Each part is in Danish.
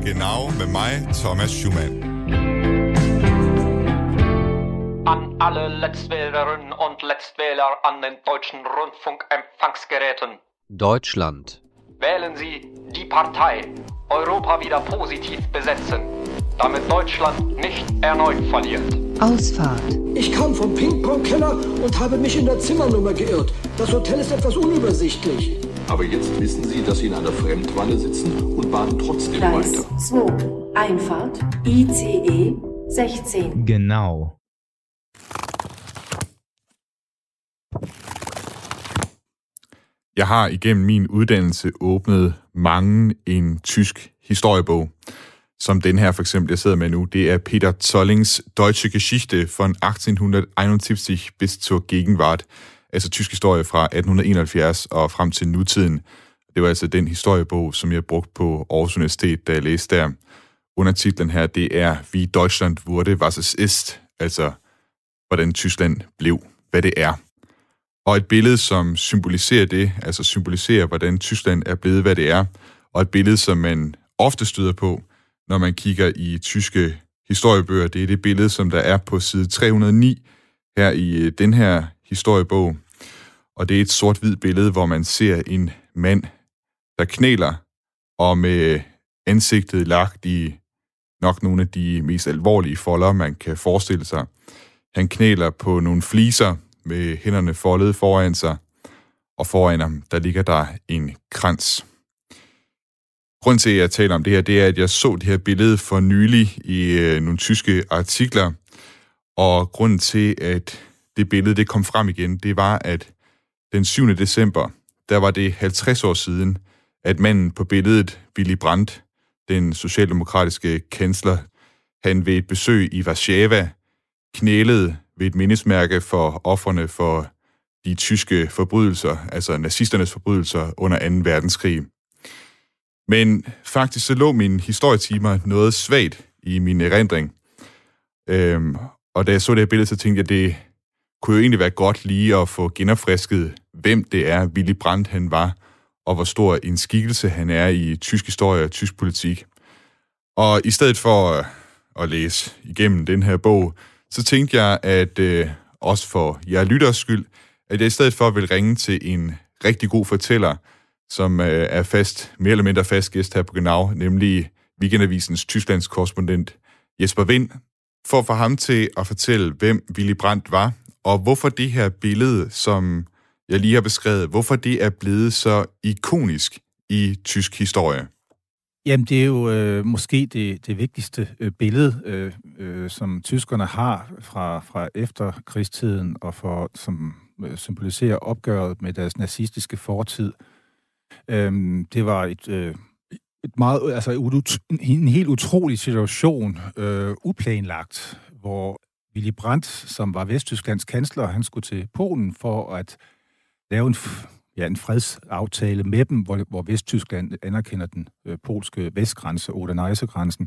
Genau med mig, Thomas Schumann. An alle Letztwählerinnen und Letztwähler an den deutschen Rundfunkempfangsgeräten. Deutschland. Wählen Sie die Partei Europa wieder positiv besetzen, damit Deutschland nicht erneut verliert. Ausfahrt. Ich kam vom Ping-Pong-Keller und habe mich in der Zimmernummer geirrt. Das Hotel ist etwas unübersichtlich. Aber jetzt wissen Sie, dass Sie in einer Fremdwanne sitzen und baden trotzdem Gleis weiter. 2. Einfahrt ICE 16. Genau. Jeg har igennem min uddannelse åbnet mange en tysk historiebog, som den her for eksempel, jeg sidder med nu. Det er Peter Zollings Deutsche Geschichte von 1871 bis zur Gegenwart, altså tysk historie fra 1871 og frem til nutiden. Det var altså den historiebog, som jeg brugte på Aarhus Universitet, da jeg læste der. Undertitlen her, det er Wie Deutschland wurde, was es ist, altså hvordan Tyskland blev, hvad det er. Og et billede, som symboliserer det, altså symboliserer, hvordan Tyskland er blevet, hvad det er, og et billede, som man ofte støder på, når man kigger i tyske historiebøger, det er det billede, som der er på side 309 her i den her historiebog. Og det er et sort-hvid billede, hvor man ser en mand, der knæler, og med ansigtet lagt i nok nogle af de mest alvorlige folder, man kan forestille sig. Han knæler på nogle fliser med hænderne foldet foran sig, og foran ham, der ligger der en krans. Grunden til, at jeg taler om det her, det er, at jeg så det her billede for nylig i nogle tyske artikler, og grunden til, at det billede det kom frem igen, det var, at den 7. december, der var det 50 år siden, at manden på billedet, Willy Brandt, den socialdemokratiske kansler, han ved et besøg i Warszawa knælede ved et mindesmærke for ofrene for de tyske forbrydelser, altså nazisternes forbrydelser under 2. verdenskrig. Men faktisk så lå mine historietimer noget svagt i min erindring. Og da jeg så det her billede, så tænkte jeg, det kunne jo egentlig være godt lige at få genopfrisket, hvem det er, Willy Brandt han var, og hvor stor en skikkelse han er i tysk historie og tysk politik. Og i stedet for at læse igennem den her bog, så tænkte jeg, at også for jer lytters skyld, at jeg i stedet for vil ringe til en rigtig god fortæller, som er mere eller mindre fast gæst her på Genau, nemlig Weekendavisens Tysklands korrespondent Jesper Wind, for at få ham til at fortælle, hvem Willy Brandt var, og hvorfor det her billede, som jeg lige har beskrevet, hvorfor det er blevet så ikonisk i tysk historie. Jamen, det er jo måske det vigtigste billede, som tyskerne har fra efterkrigstiden, og som symboliserer opgøret med deres nazistiske fortid. Det var en helt utrolig situation, uplanlagt, hvor Willy Brandt, som var Vesttysklands kansler, han skulle til Polen for at lave en fredsaftale med dem, hvor Vesttyskland anerkender den polske vestgrænse, Oder-Neisse-grænsen.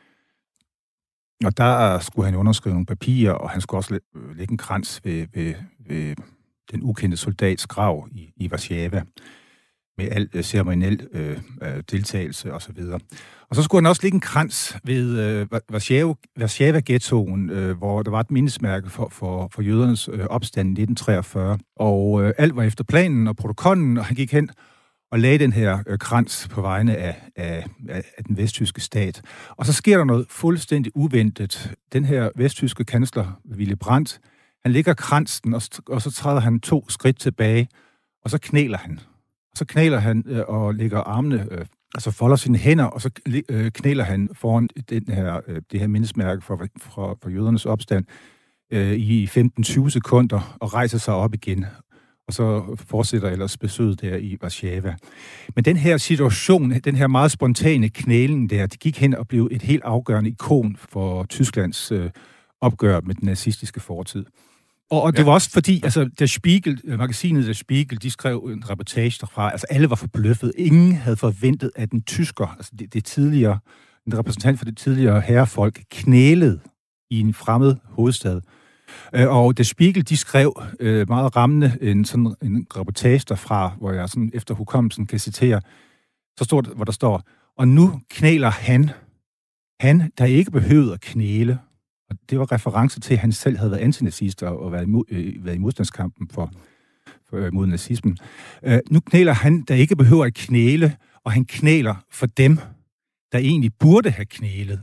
Og der skulle han underskrive nogle papirer, og han skulle også lægge en krans ved den ukendte soldats grav i Warszawa, med al ceremoniel deltagelse osv. Og så skulle han også lægge en krans ved Warszawa-ghettoen, hvor der var et mindesmærke for jødernes opstand i 1943. Og alt var efter planen og protokollen, og han gik hen og lagde den her krans på vegne af den vesttyske stat. Og så sker der noget fuldstændig uventet. Den her vesttyske kansler, Willy Brandt, han lægger kransen, og så træder han 2 skridt tilbage, og så knæler han. Og så knæler han og lægger armene, altså folder sine hænder, og så knæler han foran det her mindesmærke for jødernes opstand i 15-20 sekunder og rejser sig op igen. Og så fortsætter ellers besøget der i Warszawa. Men den her situation, den her meget spontane knæling der, det gik hen og blev et helt afgørende ikon for Tysklands opgør med den nazistiske fortid. Og det var også fordi, altså, magasinet Der Spiegel, de skrev en reportage derfra, altså alle var forbløffet. Ingen havde forventet, at en tysker, altså en repræsentant for det tidligere herrefolk, knælede i en fremmed hovedstad. Og Der Spiegel, de skrev meget rammende en reportage derfra, hvor jeg sådan efter hukommelsen kan citere, så stort, hvor der står: Og nu knæler han, der ikke behøvede at knæle, og det var reference til, at han selv havde været antinazist og været i modstandskampen mod nazismen. Nu knæler han, der ikke behøver at knæle, og han knæler for dem, der egentlig burde have knælet.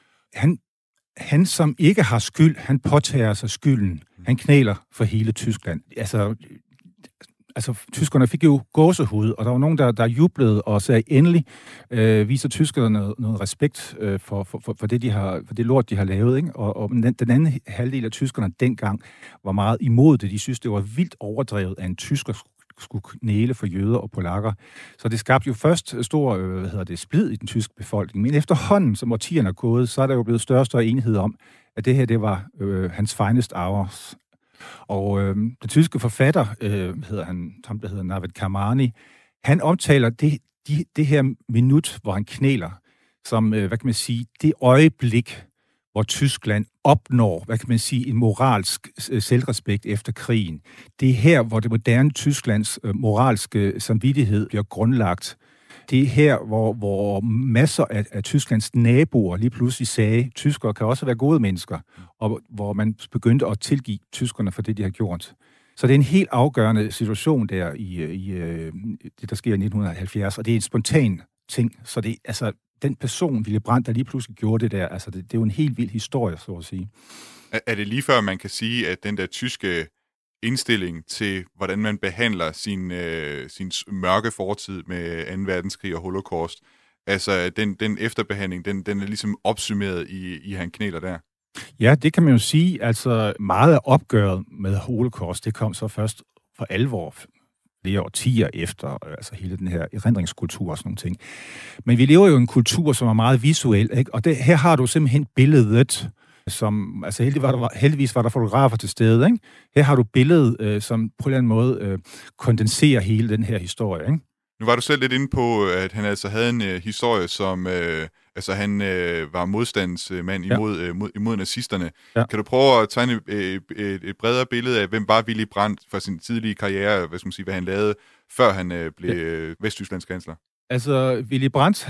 Han, som ikke har skyld, han påtager sig skylden. Han knæler for hele Tyskland. Altså, tyskerne fik jo gåsehud, og der var nogen, der jublede og sagde, endelig viser tyskerne noget respekt for det lort, de har lavet. Ikke? Og den anden halvdel af tyskerne dengang var meget imod det. De synes, det var vildt overdrevet, at en tysker skulle knæle for jøder og polakker. Så det skabte jo først stor splid i den tyske befolkning. Men efterhånden, som årtierne er gået, så er der jo blevet større og større enighed om, at det her, det var hans finest hours. Og den tyske forfatter, der hedder Navid Kamani, han omtaler det her minut, hvor han knæler, som, det øjeblik, hvor Tyskland opnår, en moralsk selvrespekt efter krigen. Det er her, hvor det moderne Tysklands moralske samvittighed bliver grundlagt. Det er her, hvor masser af Tysklands naboer lige pludselig sagde, tyskere kan også være gode mennesker, og hvor man begyndte at tilgive tyskerne for det, de har gjort. Så det er en helt afgørende situation der i det, der sker i 1970, og det er en spontan ting. Så det den person, Willy Brandt, der lige pludselig gjorde det der, det er jo en helt vild historie, så at sige. Er det lige før, man kan sige, at den der tyske indstilling til, hvordan man behandler sin mørke fortid med 2. verdenskrig og holocaust, altså den efterbehandling, den er ligesom opsummeret i han knæler der? Ja, det kan man jo sige. Altså meget af opgøret med holocaust, det kom så først for alvor flere årtier efter, hele den her erindringskultur og sådan nogle ting. Men vi lever jo i en kultur, som er meget visuel, ikke? Og her har du simpelthen billedet, som, heldigvis var der fotografer til stede, ikke? Her har du billedet, som på en eller anden måde kondenserer hele den her historie, ikke? Nu var du selv lidt inde på, at han altså havde en historie, som han var modstandsmand imod nazisterne. Ja. Kan du prøve at tegne et bredere billede af, hvem var Willy Brandt fra sin tidlige karriere, hvad han lavede, før han blev Vesttysklands kansler? Altså, Willy Brandt,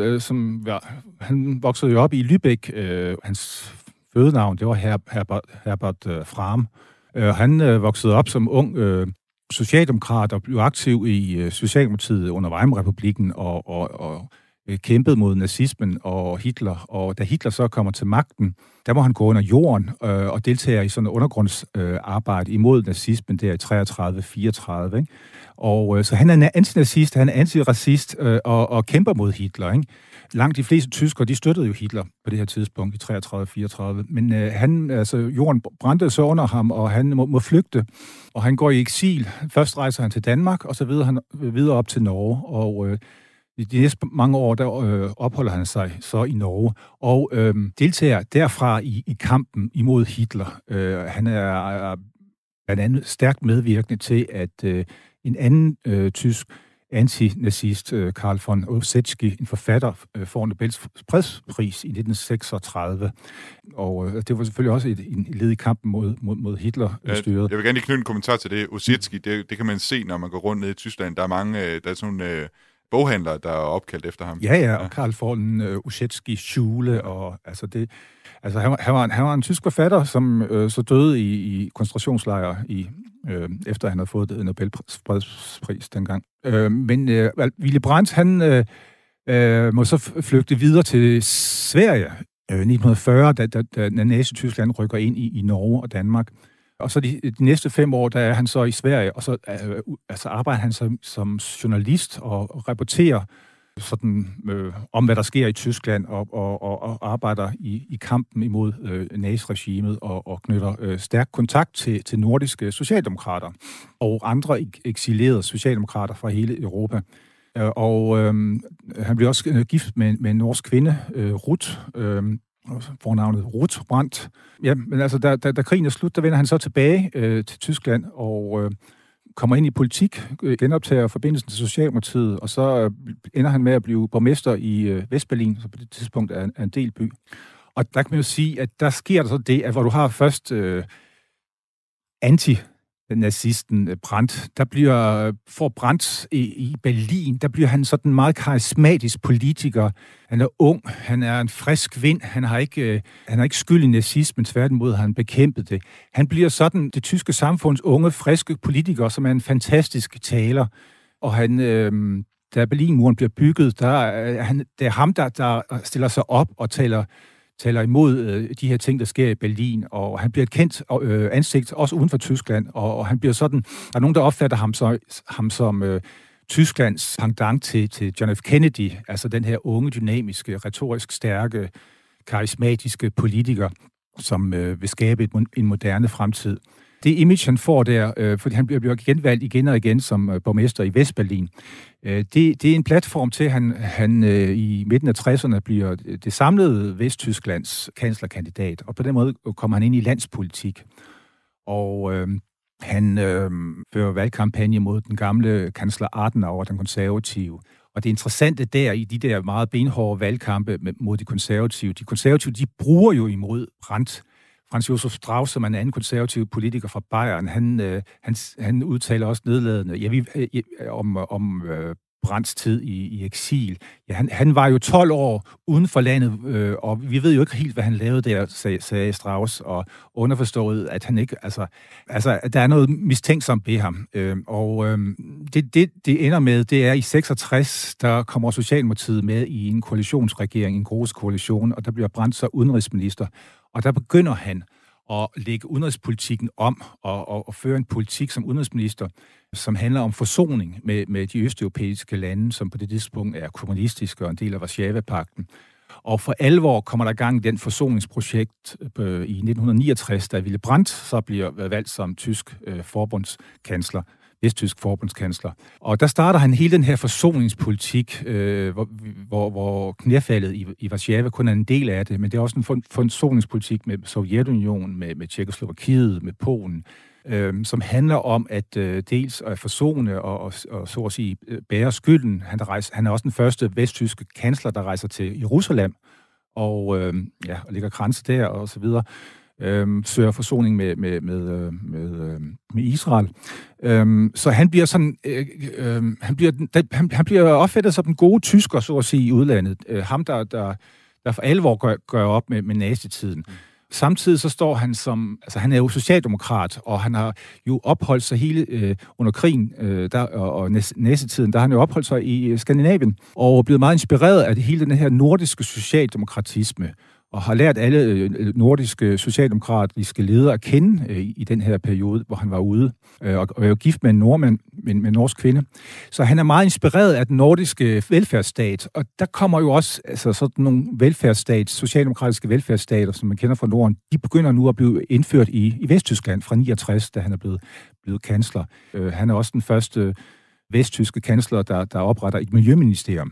han voksede jo op i Lübeck. Hans fødenavn, det var Herbert Frahm. Han voksede op som ung socialdemokrat og blev aktiv i Socialdemokratiet under Weimar-republikken og kæmpede mod nazismen og Hitler. Og da Hitler så kommer til magten, der må han gå under jorden og deltage i sådan en undergrundsarbejde imod nazismen der i 33-34. Ikke? Og så han er antinazist, han er antiracist og kæmper mod Hitler. Ikke? Langt de fleste tyskere, de støttede jo Hitler på det her tidspunkt i 33-34. Men jorden brændte så under ham, og han må flygte. Og han går i eksil. Først rejser han til Danmark, og så videre op til Norge. Og de næste mange år, der opholder han sig så i Norge, og deltager derfra i kampen imod Hitler. Han er blandt andet stærkt medvirkende til, at en anden tysk antinazist, Karl von Ossietzky, en forfatter, får Nobels fredspris i 1936. Og det var selvfølgelig også en led i kampen mod Hitler-styret. Jeg vil gerne lige knytte en kommentar til det. Ossietzky, det kan man se, når man går rundt ned i Tyskland. Der er mange, der er sådan boghandlere, der er opkaldt efter ham. Ja, og Karl von Ossietzky Schule, og han var en tysk forfatter, som så døde i koncentrationslejre efter han havde fået Nobels fredspris dengang. Men Willy Brandt, han må så flygte videre til Sverige 1940, da Nazi-Tyskland rykker ind i Norge og Danmark. Og så de næste 5 år, der er han så i Sverige, og så arbejder han som journalist og rapporterer sådan, om, hvad der sker i Tyskland, og arbejder i kampen imod naziregimet og knytter stærk kontakt til nordiske socialdemokrater og andre eksilerede socialdemokrater fra hele Europa. Og han blev også gift med en norsk kvinde, Ruth, fornavnet Ruth Brandt. Ja, men altså, da krigen er slut, der vender han så tilbage til Tyskland og kommer ind i politik, genoptager forbindelsen til Socialdemokratiet, og så ender han med at blive borgmester i Vestberlin, så på det tidspunkt er en del by. Og der kan man jo sige, at der sker der så det, at hvor du har først nazisten Brandt. For Brandt i Berlin, der bliver han sådan en meget karismatisk politiker. Han er ung, han er en frisk vind, han har ikke skyld i nazismen, tværtimod har han bekæmpet det. Han bliver sådan det tyske samfunds unge, friske politiker, som er en fantastisk taler. Og han, da Berlinmuren bliver bygget, det er ham, der stiller sig op og taler imod de her ting, der sker i Berlin, og han bliver et kendt ansigt, også uden for Tyskland, og han bliver sådan, der er nogen, der opfatter ham som Tysklands pendant til John F. Kennedy, altså den her unge, dynamiske, retorisk stærke, karismatiske politiker, som vil skabe en moderne fremtid. Det image, han får der, fordi han bliver genvalgt igen og igen som borgmester i Vestberlin, det er en platform til, at han i midten af 60'erne bliver det samlede Vesttysklands kanslerkandidat, og på den måde kommer han ind i landspolitik. Og han fører valgkampagne mod den gamle kansler Adenauer, den konservative. Og det interessante der i de der meget benhårde valgkampe mod de konservative, de bruger jo imod Brandt. Franz Josef Strauß, som er en anden konservativ politiker fra Bayern, han udtaler også nedladende om Brandts tid i eksil. Ja, han var jo 12 år uden for landet, og vi ved jo ikke helt, hvad han lavede der, sagde Strauß, og underforstået, at han ikke, altså der er noget mistænksomt ved ham. Det ender med, det er i 66, der kommer Socialdemokratiet med i en koalitionsregering, en groß koalition, og der bliver Brandt så udenrigsminister. Og der begynder han at lægge udenrigspolitikken om og føre en politik som udenrigsminister, som handler om forsoning med de østeuropæiske lande, som på det tidspunkt er kommunistiske og en del af Warszawapagten. Og for alvor kommer der gang i den forsoningsprojekt i 1969, da Willy Brandt så bliver valgt som tysk forbundskansler. Vesttysk forbundskansler. Og der starter han hele den her forsoningspolitik, hvor knæfaldet i Warszawa kun er en del af det, men det er også en forsoningspolitik med Sovjetunionen, med Tjekkoslovakiet, med Polen, som handler om at dels at forsone og så at sige bære skylden. Han er også den første vesttyske kansler, der rejser til Jerusalem og lægger kranse der og så videre. Søger forsoning med Israel. Så han bliver sådan, han bliver opfattet som den gode tysker, så at sige, i udlandet. Ham, der for alvor gør op med nazitiden. Samtidig så står han som, altså han er jo socialdemokrat, og han har jo opholdt sig hele under krigen og nazitiden, der har han jo opholdt sig i Skandinavien, og blevet meget inspireret af hele den her nordiske socialdemokratisme, og har lært alle nordiske socialdemokratiske ledere at kende i den her periode, hvor han var ude, og er jo gift med en nordmand, med en norsk kvinde. Så han er meget inspireret af den nordiske velfærdsstat, og der kommer jo også sådan nogle socialdemokratiske velfærdsstater, som man kender fra Norden, de begynder nu at blive indført i Vesttyskland fra 69, da han er blevet kansler. Han er også den første vesttyske kansler, der opretter et miljøministerium.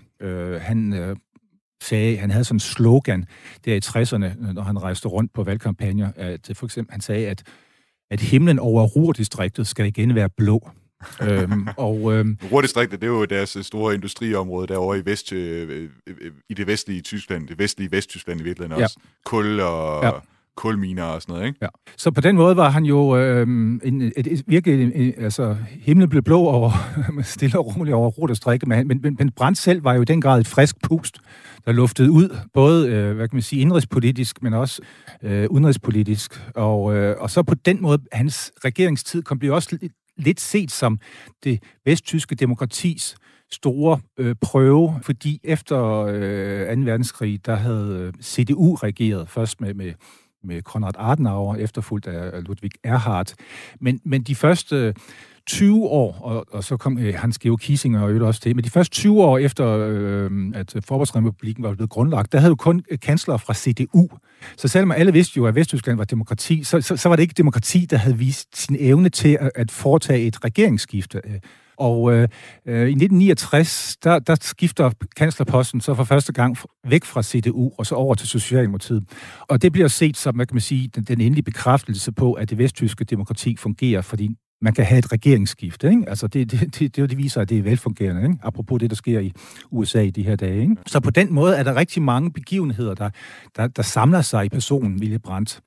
Han havde sådan en slogan der i 60'erne, når han rejste rundt på valgkampagner, at for eksempel han sagde, at himlen over Ruhrdistriktet skal igen være blå. Ruhrdistriktet, det er jo deres store industriområde derovre i det vestlige Tyskland, det vestlige Vesttyskland i virkeligheden også. Kul og kulminer og sådan noget, ikke? Ja. Så på den måde var han jo virkelig, himlen blev blå over, stille og roligt over Ruhrdistriktet, men Brandt selv var jo i den grad et frisk pust, der luftede ud, både, indrigspolitisk, men også udenrigspolitisk. Og så på den måde, hans regeringstid blev også lidt set som det vesttyske demokratis store prøve, fordi efter 2. verdenskrig, der havde CDU regeret først med Konrad Adenauer, efterfulgt af Ludwig Erhard. Men de første 20 år, og så kom Hans-Georg Kiesinger og også til, men de første 20 år efter, at Forbundsrepublikken var blevet grundlagt, der havde jo kun kansler fra CDU. Så selvom alle vidste jo, at Vesttyskland var demokrati, så var det ikke demokrati, der havde vist sin evne til at foretage et regeringsskifte. Og i 1969, der skifter kanslerposten så for første gang væk fra CDU og så over til Socialdemokratiet. Og det bliver set som, den endelige bekræftelse på, at det vesttyske demokrati fungerer, fordi man kan have et regeringsskifte, ikke? Altså det viser, at det er velfungerende, ikke? Apropos det, der sker i USA i de her dage, ikke? Så på den måde er der rigtig mange begivenheder, der samler sig i personen Willy Brandt.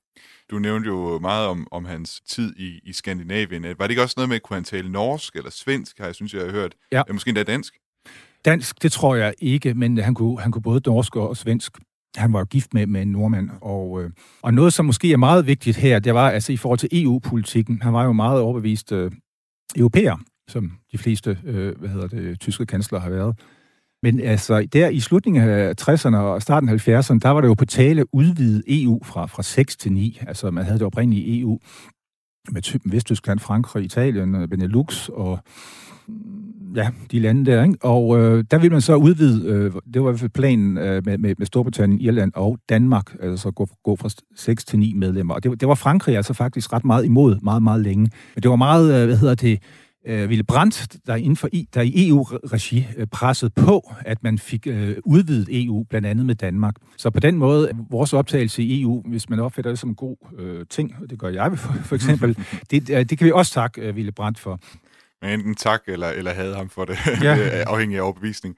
Du nævnte jo meget om hans tid i Skandinavien. Var det ikke også noget med, kunne han tale norsk eller svensk, jeg har hørt? Ja. Måske endda dansk? Dansk, det tror jeg ikke, men han kunne både norsk og svensk. Han var jo gift med en nordmand, og noget, som måske er meget vigtigt her, det var altså i forhold til EU-politikken. Han var jo meget overbevist europæer, som de fleste tyske kansler har været. Men altså, der i slutningen af 60'erne og starten af 70'erne, der var det jo på tale udvidet EU fra 6 til 9. Altså, man havde det oprindelige EU med typen Vesttyskland, Frankrig, Italien, Benelux og ja, de lande der, ikke? Og der ville man så udvide, det var i hvert fald planen med Storbritannien, Irland og Danmark, altså gå fra 6 til 9 medlemmer. Og det var Frankrig altså faktisk ret meget imod, meget, meget længe. Men det var meget, Willy Brandt, der i EU-regi pressede på, at man fik udvidet EU, blandt andet med Danmark. Så på den måde, vores optagelse i EU, hvis man opfatter det som en god ting, og det gør jeg for eksempel, det kan vi også takke Willy Brandt for. Men enten tak eller havde ham for det, ja. Afhængig af overbevisning.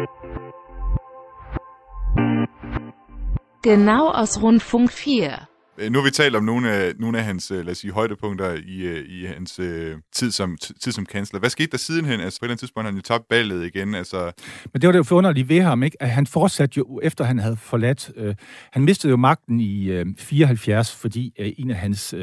Genau aus Rundfunk 4. Nu har vi talt om nogle af hans, lad os sige, højdepunkter i hans tid som kansler. Hvad skete der sidenhen? Altså, på et eller andet tidspunkt han jo tabt ballet igen. Altså... Men det var det jo forunderligt ved ham, ikke? At han fortsatte jo, efter han havde forladt... han mistede jo magten i 74, fordi en af hans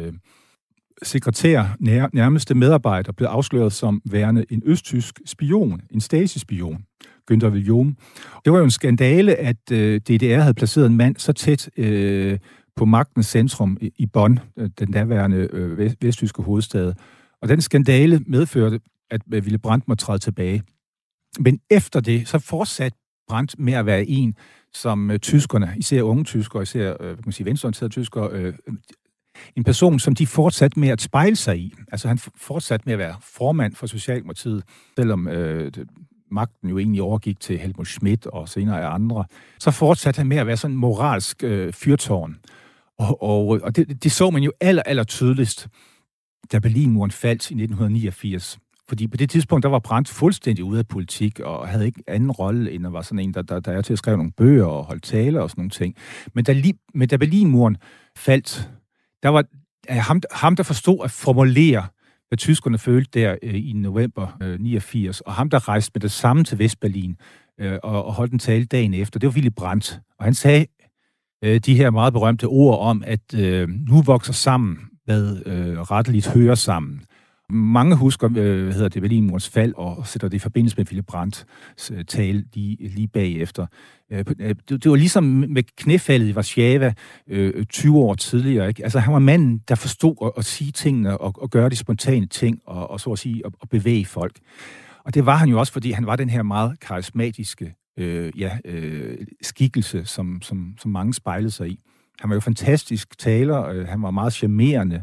sekretær, nærmeste medarbejder, blev afsløret som værende en østtysk spion, en Stasi-spion, Günther William. Det var jo en skandale, at DDR havde placeret en mand så tæt på magtens centrum i Bonn, den daværende vesttyske hovedstad. Og den skandale medførte, at Willy Brandt måtte træde tilbage. Men efter det, så fortsatte Brandt med at være en, som tyskerne, især unge tyskere, især venstreorienterede tyskere, en person, som de fortsatte med at spejle sig i. Altså han fortsatte med at være formand for Socialdemokratiet, selvom magten jo egentlig overgik til Helmut Schmidt og senere af andre. Så fortsatte han med at være sådan en moralsk fyrtårn. Og det så man jo aller tydeligst, da Berlinmuren faldt i 1989. Fordi på det tidspunkt, der var Brandt fuldstændig ude af politik, og havde ikke anden rolle, end at var sådan en, der er til at skrive nogle bøger og holde taler og sådan nogle ting. Men da Berlinmuren faldt, der var ham, der forstod at formulere, hvad tyskerne følte der i november 89, og ham, der rejste med det samme til Vestberlin og holdt en tale dagen efter, det var Willy Brandt. Og han sagde de her meget berømte ord om, at nu vokser sammen, hvad retteligt hører sammen. Mange husker, Berlinmurens fald, og sætter det i forbindelse med Willy Brandts tale lige bagefter. Det var ligesom med knæfaldet i Warszawa 20 år tidligere. Ikke? Altså, han var manden, der forstod at sige tingene og gøre de spontane ting, og så at sige, at bevæge folk. Og det var han jo også, fordi han var den her meget karismatiske skikkelse, som mange spejlede sig i. Han var jo fantastisk taler, han var meget charmerende.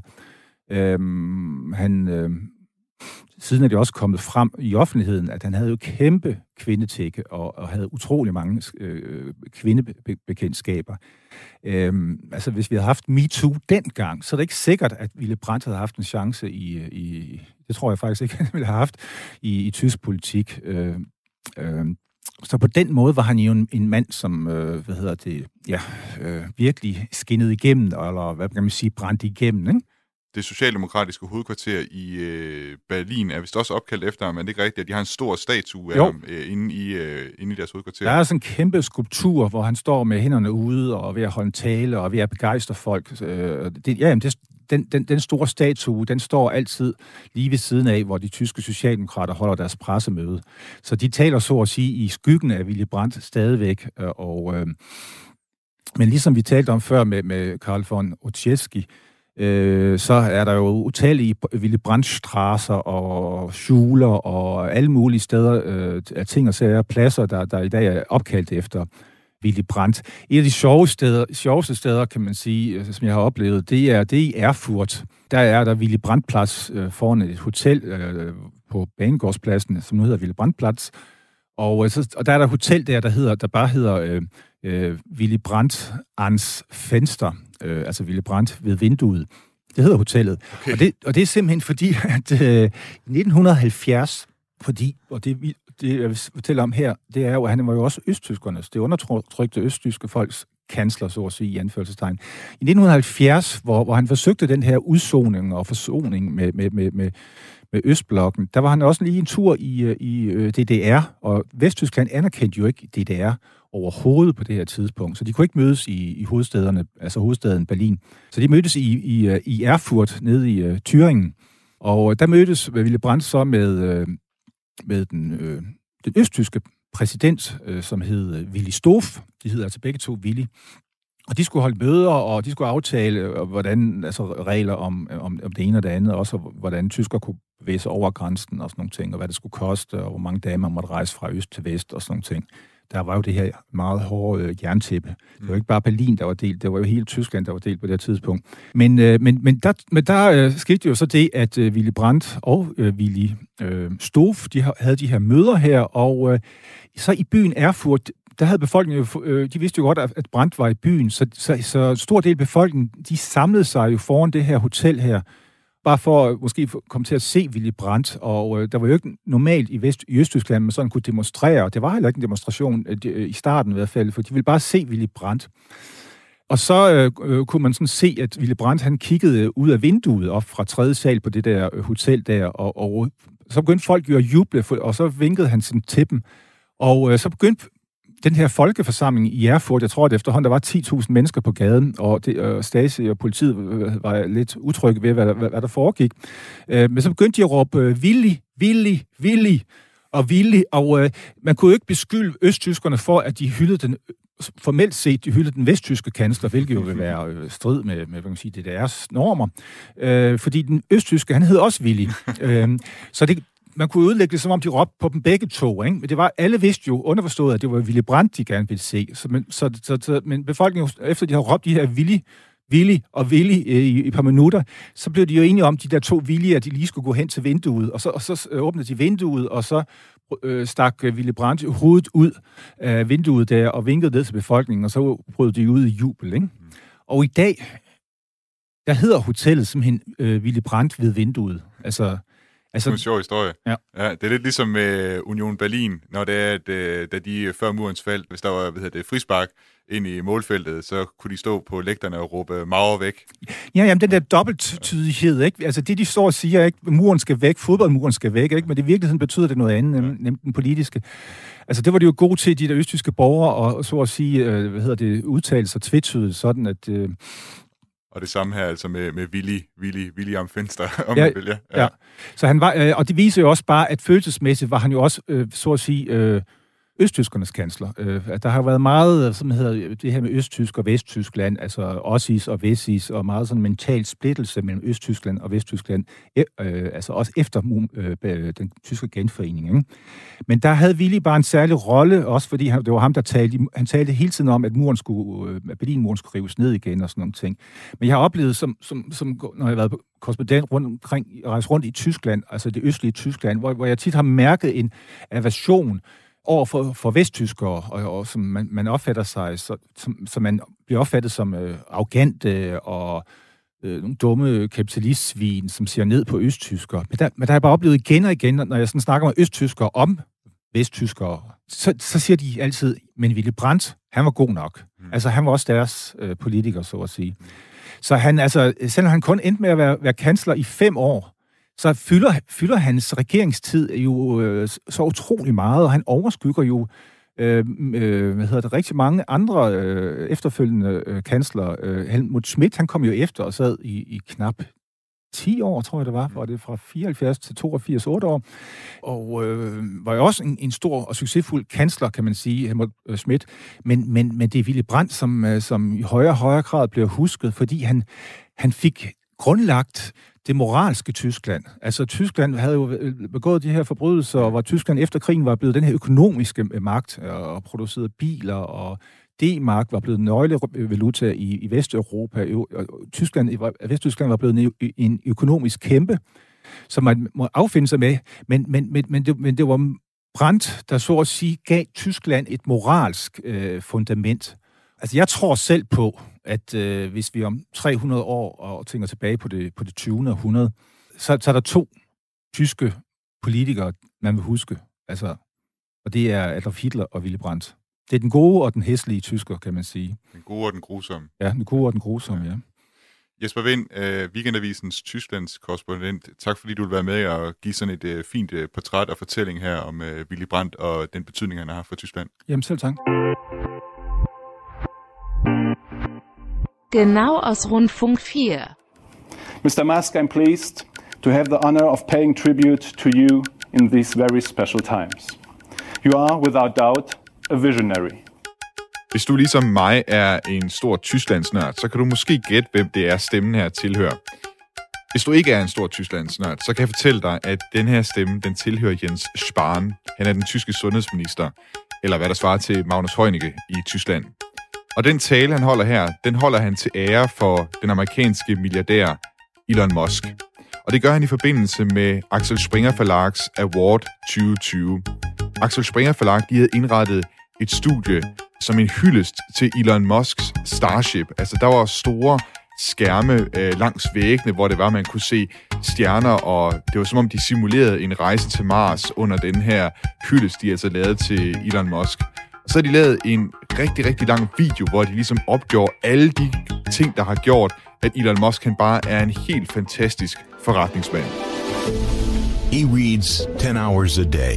Siden er det også kommet frem i offentligheden, at han havde jo kæmpe kvindetække og havde utrolig mange kvindebekendtskaber. Altså, hvis vi havde haft MeToo dengang, så er det ikke sikkert, at Willy Brandt havde haft en chance det tror jeg faktisk ikke, han ville have haft i tysk politik. Så på den måde var han jo en mand, som, virkelig skinnede igennem, eller hvad kan man sige, brændte igennem, ikke? Det socialdemokratiske hovedkvarter i Berlin er vist også opkaldt efter ham, men det er ikke rigtigt, at de har en stor statue af ham inde i deres hovedkvarter. Der er sådan en kæmpe skulptur, hvor han står med hænderne ude og ved at holde en tale og ved at begejstre folk. Den store statue, den står altid lige ved siden af, hvor de tyske socialdemokrater holder deres pressemøde. Så de taler så at sige i skyggen af Willy Brandt stadigvæk. Men ligesom vi talte om før med Karl von Ossietzky, så er der jo utallige Willy Brandt-strasser og schuler og alle mulige steder af ting og sager, pladser, der i dag er opkaldt efter Willy Brandt. Et af de sjoveste steder, kan man sige, som jeg har oplevet, det er i Erfurt. Der er der Willy Brandt-plads foran et hotel på Banegårdspladsen, som nu hedder Willy Brandt-plads. Og der er der et hotel der bare hedder Willy Brandt ans Fenster, altså Willy Brandt ved vinduet. Det hedder hotellet. Okay. Og det er simpelthen fordi, at i 1970, og det jeg vil fortælle om her, det er jo, at han var jo også østtyskernes, det undertrykte østtyske folks kansler, så at sige, i anførselstegn. I 1970, hvor han forsøgte den her udsoning og forsoning med Østblokken, der var han også lige en tur i DDR, og Vesttyskland anerkendte jo ikke DDR overhovedet på det her tidspunkt, så de kunne ikke mødes i hovedstederne, altså hovedstaden Berlin. Så de mødtes i Erfurt, nede i Thüringen, og der mødtes Willy Brandt så med den østtyske præsident, som hed Willy Stoph. De hedder altså begge to Willy. Og de skulle holde møder, og de skulle aftale, hvordan, altså regler om det ene og det andet, også hvordan tyskere kunne bevæge sig over grænsen og sådan nogle ting, og hvad det skulle koste, og hvor mange dage man måtte rejse fra øst til vest og sådan nogle ting. Der var jo det her meget hårde jerntæppe. Det var jo ikke bare Berlin, der var delt, det var jo hele Tyskland, der var delt på det her tidspunkt. Men der skete jo så det, at Willy Brandt og Willy Stoph, de havde de her møder her, og så i byen Erfurt, der havde befolkningen jo, de vidste jo godt, at Brandt var i byen, så stor del af befolkningen, de samlede sig jo foran det her hotel her, bare for at måske komme til at se Willy Brandt, og der var jo ikke normalt i Østtyskland, man sådan kunne demonstrere, og det var heller ikke en demonstration i starten i hvert fald, for de ville bare se Willy Brandt. Og så kunne man sådan se, at Willy Brandt, han kiggede ud af vinduet op fra 3. sal på det der hotel der, og så begyndte folk jo at juble, og så vinkede han sådan til dem, og så begyndte den her folkeforsamling i Erfurt, jeg tror, at efterhånden der var 10.000 mennesker på gaden, og Stasi og politiet var lidt utrygge ved, hvad der foregik. Men så begyndte de at råbe Willy, Willy, Willy og Willy, og man kunne jo ikke beskylde østtyskerne for, at de hyldede den, formelt set, de hyldede den vesttyske kansler, hvilket jo vil være strid med hvad kan man sige, DDR's normer. Fordi den østtyske, han hed også Willy. Så det man kunne udlægge det, som om de råbte på dem begge to, ikke? Men det var, alle vidste jo underforstået, at det var Willy Brandt, de gerne ville se. Men befolkningen, efter de har råbt de her Willy og Willy i et par minutter, så blev de jo enige om, de der to Willy, at de lige skulle gå hen til vinduet, og så åbnede de vinduet, og så stak Willy Brandt hovedet ud af vinduet der, og vinkede ned til befolkningen, og så brød de ud i jubel, ikke? Og i dag, der hedder hotellet simpelthen Willy Brandt ved vinduet. Altså, det er en sjov historie. Ja. Ja, det er lidt ligesom med Union Berlin, når det er, at da de før murens fald, hvis der var frispark ind i målfeltet, så kunne de stå på lægterne og råbe Mauer væk. Ja, jamen den der dobbelttydighed, ikke? Altså det, de står og siger, ikke? Muren skal væk, fodboldmuren skal væk, ikke? Men i virkeligheden betyder det noget andet, nemlig den politiske. Altså det var de jo gode til, de der østtyske borgere, og så at sige, udtalelser tvetydigt, sådan at... Og det samme her altså med William Fenster, om ja, man vil, ja. Så han var, og det viser jo også bare, at følelsesmæssigt var han jo også, så at sige, østtyskernes kansler. Der har været meget, som hedder det her med Østtysk og Vesttyskland, altså Ossis og Wessis, og meget sådan mental splittelse mellem Østtyskland og Vesttyskland, altså også efter den tyske genforening. Ikke? Men der havde Willy bare en særlig rolle, også fordi det var ham, der talte hele tiden om, at Berlinmuren skulle rives ned igen og sådan nogle ting. Men jeg har oplevet, som når jeg har været korrespondent rejse rundt i Tyskland, altså det østlige Tyskland, hvor jeg tit har mærket en aversion over for vesttyskere, og som man opfatter sig, så man bliver opfattet som arrogante og nogle dumme kapitalistsvin, som ser ned på østtyskere. Men der har jeg bare oplevet igen og igen, når jeg sådan snakker med østtyskere om vesttyskere, så siger de altid, men Willy Brandt, han var god nok. Altså, han var også deres politiker, så at sige. Så han, altså, selvom han kun endte med at være kansler i 5 år, så fylder hans regeringstid jo så utrolig meget, og han overskygger jo rigtig mange andre efterfølgende kansler. Helmut Schmidt, han kom jo efter og sad i knap 10 år, tror jeg det var, for det fra 74 til 82, 8 år, og var jo også en stor og succesfuld kansler, kan man sige, Helmut Schmidt, men det er Willy Brandt, som i højere grad bliver husket, fordi han fik grundlagt det moralske Tyskland. Altså, Tyskland havde jo begået de her forbrydelser, og hvor Tyskland efter krigen var blevet den her økonomiske magt, og produceret biler, og D-mark var blevet nøglevaluta i Vesteuropa. Vesttyskland var blevet en økonomisk kæmpe, som man må affinde sig med. Men det var Brandt, der så at sige gav Tyskland et moralsk fundament. Altså, jeg tror selv på, at hvis vi om 300 år og tænker tilbage på det 20. århundrede, så er der 2 tyske politikere, man vil huske. Altså, og det er Adolf Hitler og Willy Brandt. Det er den gode og den hæslige tysker, kan man sige. Den gode og den grusomme. Ja, den gode og den grusomme, ja. Jesper Wind, Weekendavisens Tysklands korrespondent. Tak fordi du vil være med og give sådan et fint portræt og fortælling her om Willy Brandt og den betydning, han har haft for Tyskland. Jamen selv tak. Genau aus Rundfunk 4. Mr. Musk, I'm pleased to have the honor of paying tribute to you in these very special times. You are, without doubt, a visionary. Hvis du ligesom mig er en stor Tysklandsnørd, så kan du måske gætte, hvem det er, stemmen her tilhører. Hvis du ikke er en stor Tysklandsnørd, så kan jeg fortælle dig, at den her stemme, den tilhører Jens Spahn. Han er den tyske sundhedsminister, eller hvad der svarer til Magnus Heunicke i Tyskland. Og den tale, han holder her, den holder han til ære for den amerikanske milliardær Elon Musk. Og det gør han i forbindelse med Axel Springer Verlags Award 2020. Axel Springer Verlag, de havde indrettet et studie som en hyldest til Elon Musks Starship. Altså, der var store skærme langs væggene, hvor det var, man kunne se stjerner, og det var som om, de simulerede en rejse til Mars under den her hyldest, de altså lavede til Elon Musk. Og så har de lavet en rigtig, rigtig lang video, hvor de ligesom opgjorde alle de ting, der har gjort, at Elon Musk han bare er en helt fantastisk forretningsmand. He reads 10 hours a day.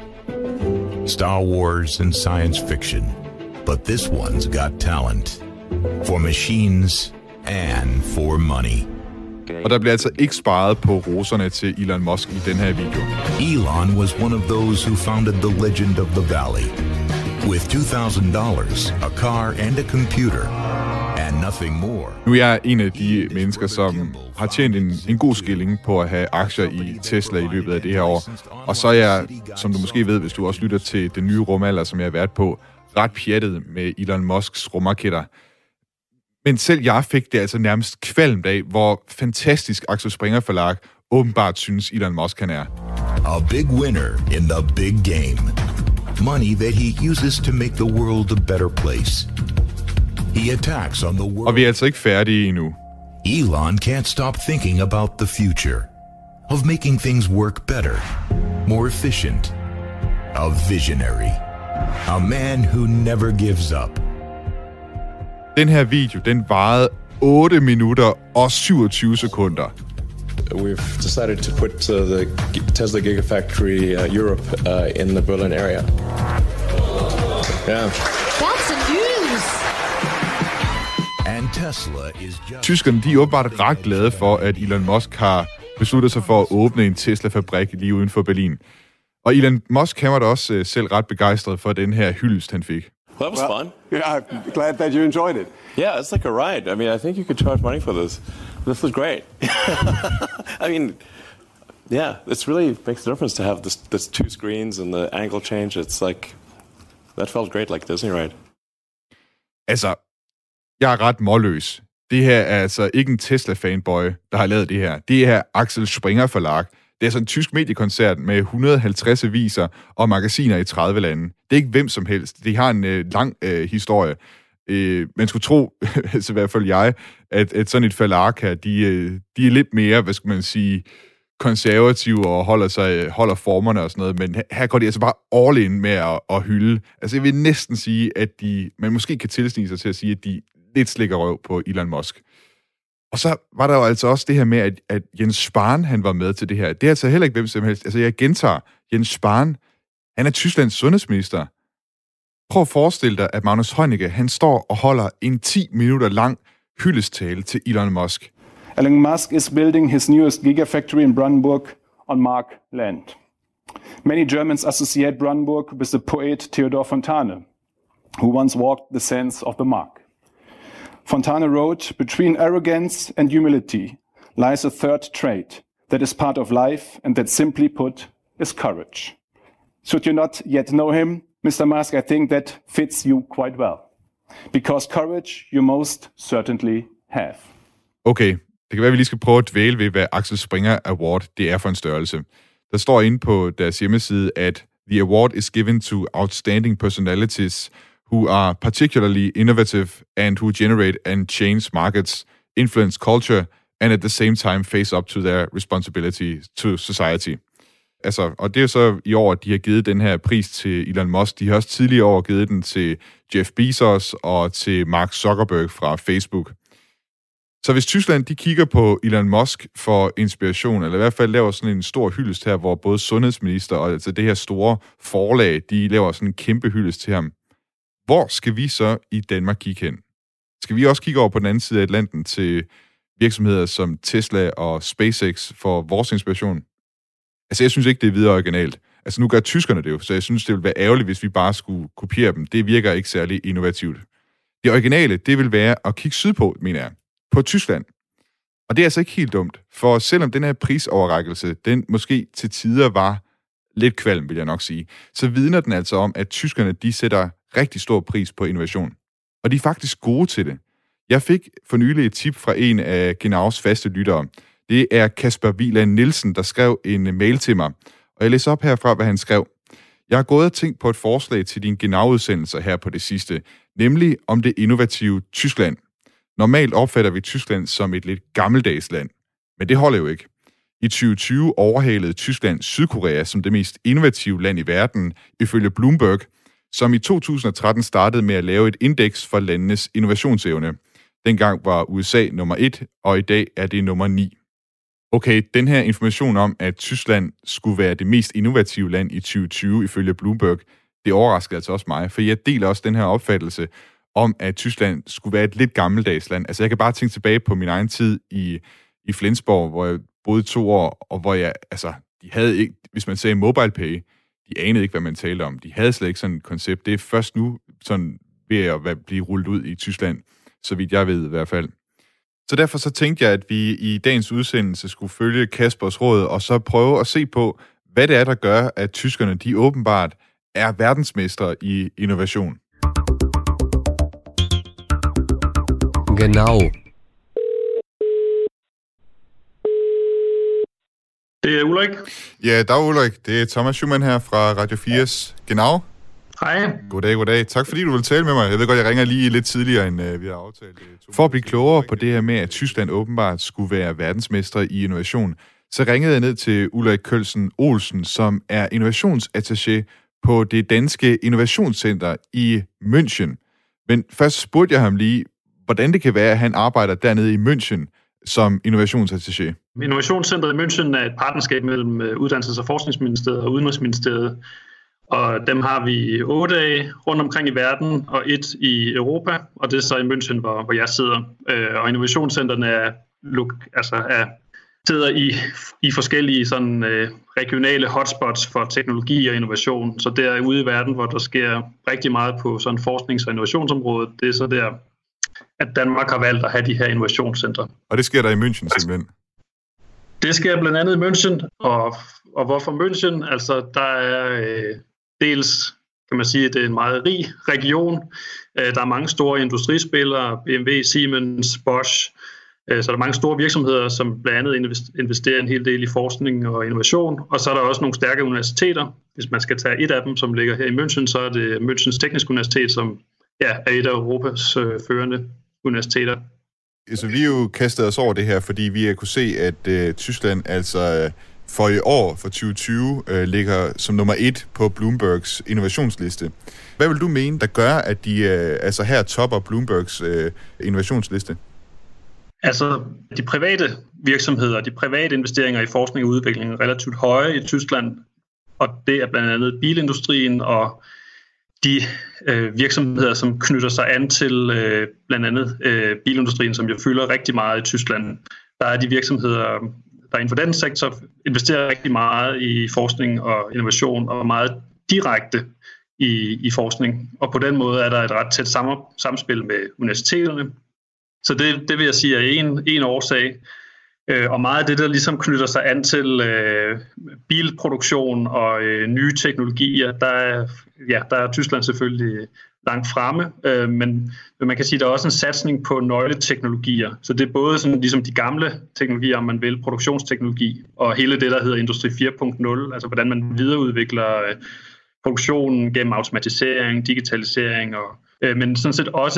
Star Wars and science fiction. But this one's got talent. For machines and for money. Og der bliver altså ikke sparet på roserne til Elon Musk i den her video. Elon was one of those who founded the legend of the Valley. With $2,000, a car and a computer. And nothing more. Nu er jeg en af de mennesker, som har tjent en god skilling på at have aktier i Tesla i løbet af det her år. Og så er jeg, som du måske ved, hvis du også lytter til den nye rumalder, som jeg har været på, ret pjattet med Elon Musks rumraketter. Men selv jeg fik det altså nærmest kvalmt af, hvor fantastisk Axel Springer Verlag åbenbart synes Elon Musk han er. A big winner in the big game. Money that he uses to make the world a better place. He attacks on the world. Og vi er altså ikke færdige endnu. Elon can't stop thinking about the future. Of making things work better. More efficient. A visionary. A man who never gives up. Den her video, den varede 8 minutter og 27 sekunder. We've decided to put the Tesla Gigafactory Europe in the Berlin area. Yeah. That's the news. And Tesla is just... Tyskerne, de er åbenbart ret glade for, at Elon Musk har besluttet sig for at åbne en Tesla-fabrik lige uden for Berlin. Og Elon Musk, han var da også selv ret begejstret for den her hyldest, han fik. Well, that was fun. Yeah, I'm glad that you enjoyed it. Yeah, it's like a ride. I mean, I think you could charge money for this. This was great. I mean, yeah, it's really makes a difference to have this two screens and the angle change. It's like, that felt great, like Disney ride. Altså, jeg er ret målløs. Det her er altså ikke en Tesla-fanboy, der har lavet det her. Det er Axel Springer Verlag. Det er sådan en tysk mediekoncert med 150 aviser og magasiner i 30 lande. Det er ikke hvem som helst. De har en lang historie. Man skulle tro, altså i hvert fald jeg, at sådan et forlag her, de er lidt mere, hvad skal man sige, konservative og holder formerne og sådan noget, men her går de altså bare all in med at hylde. Altså jeg vil næsten sige, at man måske kan tilsnige sig til at sige, at de lidt slikker røv på Elon Musk. Og så var der jo altså også det her med, at Jens Spahn, han var med til det her. Det er altså heller ikke hvem som helst. Altså jeg gentager, Jens Spahn, han er Tysklands sundhedsminister. Prøv at forestille dig, at Magnus Heunicke, han står og holder en 10 minutter lang hyldesttale til Elon Musk. Elon Musk is building his newest gigafactory in Brandenburg on Mark land. Many Germans associate Brandenburg with the poet Theodor Fontane, who once walked the sands of the Mark. Fontane wrote, "Between arrogance and humility lies a third trait that is part of life and that simply put is courage." Should you not yet know him, Mr. Musk, I think that fits you quite well. Because courage you most certainly have. Okay, det kan være, at vi lige skal prøve at dvæle ved, hvad Axel Springer Award det er for en størrelse. Der står inde på deres hjemmeside, at the award is given to outstanding personalities who are particularly innovative and who generate and change markets, influence culture, and at the same time face up to their responsibility to society. og det er så i år, at de har givet den her pris til Elon Musk. De har også tidligere år givet den til Jeff Bezos og til Mark Zuckerberg fra Facebook. Så hvis Tyskland, de kigger på Elon Musk for inspiration, eller i hvert fald laver sådan en stor hyldest her, hvor både sundhedsminister og altså det her store forlag, de laver sådan en kæmpe hyldest til ham. Hvor skal vi så i Danmark kigge hen? Skal vi også kigge over på den anden side af Atlanten til virksomheder som Tesla og SpaceX for vores inspiration? Altså, jeg synes ikke, det er videre originalt. Altså, nu gør tyskerne det jo, så jeg synes, det ville være ærgerligt, hvis vi bare skulle kopiere dem. Det virker ikke særlig innovativt. Det originale, det vil være at kigge sydpå, mener jeg, på Tyskland. Og det er altså ikke helt dumt, for selvom den her prisoverrækkelse, den måske til tider var lidt kvalm, vil jeg nok sige, så vidner den altså om, at tyskerne, de sætter rigtig stor pris på innovation. Og de er faktisk gode til det. Jeg fik for nylig et tip fra en af Genaus faste lyttere. Det er Kasper Wieland Nielsen, der skrev en mail til mig. Og jeg læser op herfra, hvad han skrev. Jeg har gået og tænkt på et forslag til din Genau-udsendelser her på det sidste, nemlig om det innovative Tyskland. Normalt opfatter vi Tyskland som et lidt gammeldags land, men det holder jo ikke. I 2020 overhalede Tyskland Sydkorea som det mest innovative land i verden, ifølge Bloomberg, som i 2013 startede med at lave et indeks for landenes innovationsevne. Dengang var USA nummer 1, og i dag er det nummer 9. Okay, den her information om, at Tyskland skulle være det mest innovative land i 2020 ifølge Bloomberg, det overraskede altså også mig, for jeg deler også den her opfattelse om, at Tyskland skulle være et lidt gammeldags land. Altså, jeg kan bare tænke tilbage på min egen tid i Flensborg, hvor jeg boede 2 år, og hvor jeg, altså, de havde ikke, hvis man sagde MobilePay, de anede ikke, hvad man talte om. De havde slet ikke sådan et koncept. Det er først nu sådan ved at blive rullet ud i Tyskland, så vidt jeg ved i hvert fald. Så derfor så tænkte jeg, at vi i dagens udsendelse skulle følge Kaspers råd, og så prøve at se på, hvad det er, der gør, at tyskerne, de åbenbart er verdensmestre i innovation. Genau. Det er Ulrik. Ja, dag Ulrik. Det er Thomas Schumann her fra Radio 4's Genau. Hej. Goddag. Tak fordi du vil tale med mig. Jeg ved godt, jeg ringer lige lidt tidligere, end vi har aftalt. For at blive klogere på det her med, at Tyskland åbenbart skulle være verdensmestre i innovation, så ringede jeg ned til Ulrik Kølsen Olsen, som er innovationsattaché på det danske innovationscenter i München. Men først spurgte jeg ham lige, hvordan det kan være, at han arbejder dernede i München som innovationsattaché. Innovationscentret i München er et partnerskab mellem Uddannelses- og Forskningsministeriet og Udenrigsministeriet. Og dem har vi 8 af rundt omkring i verden, og 1 i Europa, og det er så i München, hvor jeg sidder. Og innovationscentrene sidder i forskellige sådan, regionale hotspots for teknologi og innovation. Så der ude i verden, hvor der sker rigtig meget på sådan forsknings- og innovationsområdet, det er så der, at Danmark har valgt at have de her innovationscentre. Og det sker der i München simpelthen? Det sker blandt andet i München, og hvorfor München? Altså, der er dels, kan man sige, at det er en meget rig region. Der er mange store industrispillere, BMW, Siemens, Bosch. Så der er mange store virksomheder, som blandt andet investerer en hel del i forskning og innovation. Og så er der også nogle stærke universiteter. Hvis man skal tage et af dem, som ligger her i München, så er det Münchens Tekniske Universitet, som er et af Europas førende universiteter. Så vi er jo kastet os over det her, fordi vi har kunne se, at Tyskland altså for i år, for 2020, ligger som nummer 1 på Bloombergs innovationsliste. Hvad vil du mene, der gør, at de altså her topper Bloombergs innovationsliste? Altså, de private virksomheder, de private investeringer i forskning og udvikling er relativt høje i Tyskland, og det er blandt andet bilindustrien og de virksomheder, som knytter sig an til blandt andet bilindustrien, som jo fylder rigtig meget i Tyskland. Der er de virksomheder, der inden for den sektor investerer rigtig meget i forskning og innovation og meget direkte i forskning. Og på den måde er der et ret tæt samspil med universiteterne. Så det vil jeg sige er en årsag. Og meget af det, der ligesom knytter sig an til bilproduktion og nye teknologier, der er Tyskland selvfølgelig langt fremme, men man kan sige, at der er også en satsning på nøgleteknologier. Så det er både sådan, ligesom de gamle teknologier, om man vil, produktionsteknologi, og hele det, der hedder Industri 4.0, altså hvordan man videreudvikler produktionen gennem automatisering, digitalisering, men sådan set også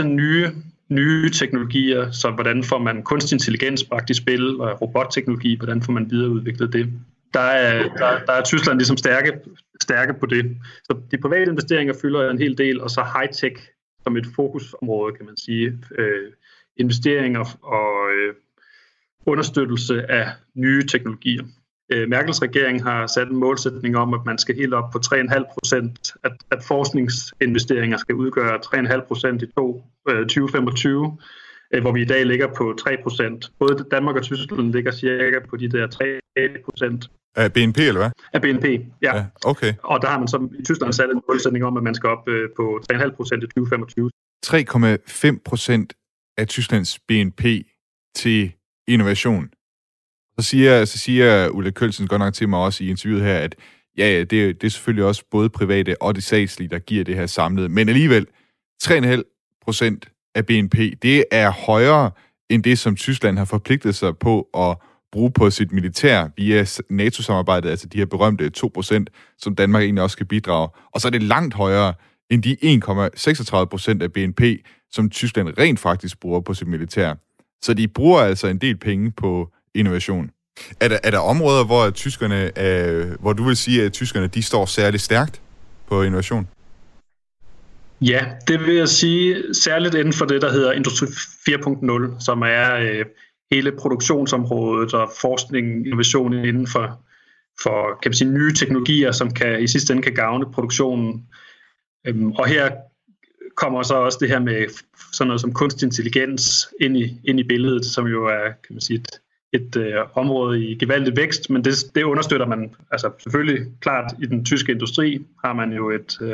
nye teknologier, så hvordan får man kunstig intelligens bragt i spil, og robotteknologi, hvordan får man videreudviklet det. der er Tyskland ligesom stærke på det. Så de private investeringer fylder en hel del, og så high-tech som et fokusområde, kan man sige. Investeringer og understøttelse af nye teknologier. Merkels regering har sat en målsætning om, at man skal helt op på 3,5%, at forskningsinvesteringer skal udgøre 3,5% i 2025, hvor vi i dag ligger på 3%. Både Danmark og Tyskland ligger cirka på de der 3%. Af BNP, eller hvad? Af BNP, ja. Okay. Og der har man så i Tyskland sat en målsætning om, at man skal op på 3,5% i 2025. 3,5% af Tysklands BNP til innovation. Så siger Ulla Kølsen godt nok til mig også i interviewet her, at ja, det er selvfølgelig også både private og det statslige, der giver det her samlet. Men alligevel, 3,5% af BNP, det er højere end det, som Tyskland har forpligtet sig på at bruge på sit militær via NATO-samarbejdet, altså de her berømte 2%, som Danmark egentlig også skal bidrage. Og så er det langt højere end de 1,36% af BNP, som Tyskland rent faktisk bruger på sit militær. Så de bruger altså en del penge på innovation. Er der områder, hvor du vil sige, at tyskerne de står særligt stærkt på innovation? Ja, det vil jeg sige særligt inden for det, der hedder Industri 4.0, som er hele produktionsområdet og forskning, innovation inden for kan man sige, nye teknologier, som i sidste ende kan gavne produktionen. Og her kommer så også det her med sådan noget som kunstig intelligens ind i billedet, som jo er, kan man sige, et område i gevaldig vækst, men det understøtter man altså selvfølgelig klart i den tyske industri, har man jo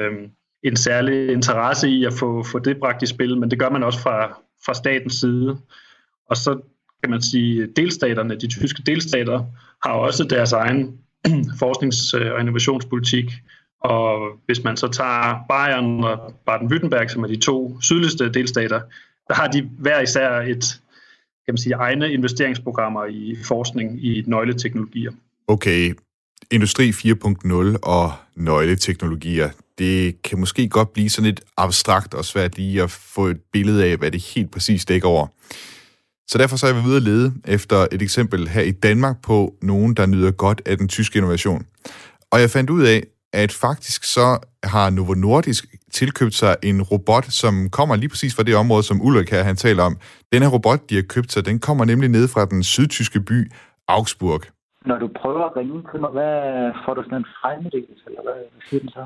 en særlig interesse i at få det bragt i spil, men det gør man også fra statens side. Og så kan man sige, delstaterne, de tyske delstater, har også deres egen forsknings- og innovationspolitik. Og hvis man så tager Bayern og Baden-Württemberg, som er de to sydligste delstater, der har de hver især kan man sige, egne investeringsprogrammer i forskning i nøgleteknologier. Okay, Industri 4.0 og nøgleteknologier, det kan måske godt blive sådan lidt abstrakt og svært lige at få et billede af, hvad det helt præcis dækker over. Så derfor så er jeg videre lede efter et eksempel her i Danmark på nogen, der nyder godt af den tyske innovation. Og jeg fandt ud af, at faktisk så har Novo Nordisk tilkøbt sig en robot, som kommer lige præcis fra det område, som Ulrik her han taler om. Den her robot, de har købt sig, den kommer nemlig ned fra den sydtyske by Augsburg. Når du prøver at ringe til mig, hvad får du sådan en fejlmeddelelse, eller hvad siger den så?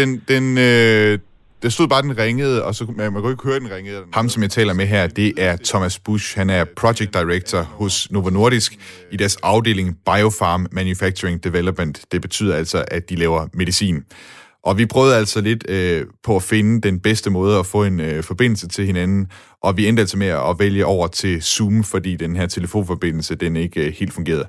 Altså, der stod bare, den ringede, og så man kunne ikke høre, den ringede. Ham, som jeg taler med her, det er Thomas Busch. Han er Project Director hos Novo Nordisk i deres afdeling Biopharm Manufacturing Development. Det betyder altså, at de laver medicin. Og vi prøvede altså lidt på at finde den bedste måde at få en forbindelse til hinanden, og vi endte altså med at vælge over til Zoom, fordi den her telefonforbindelse, den ikke helt fungerede.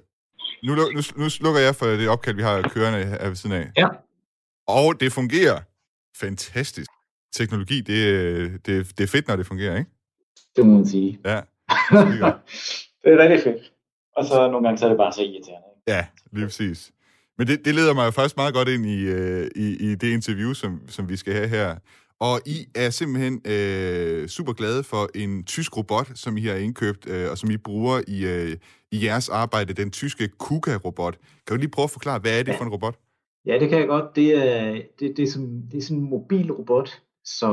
Nu slukker jeg for det opkald, vi har kørende her ved siden af. Ja. Og det fungerer. Fantastisk. Teknologi, det er fedt, når det fungerer, ikke? Det må man sige. Ja. Det er rigtig fedt. Og så nogle gange så er det bare så irriterende. Ja, lige præcis. Men det leder mig jo faktisk meget godt ind i det interview, som vi skal have her. Og I er simpelthen super glade for en tysk robot, som I har indkøbt, og som I bruger i jeres arbejde, den tyske KUKA-robot. Kan du lige prøve at forklare, hvad er det for en robot? Ja, det kan jeg godt. Det er sådan en mobil robot,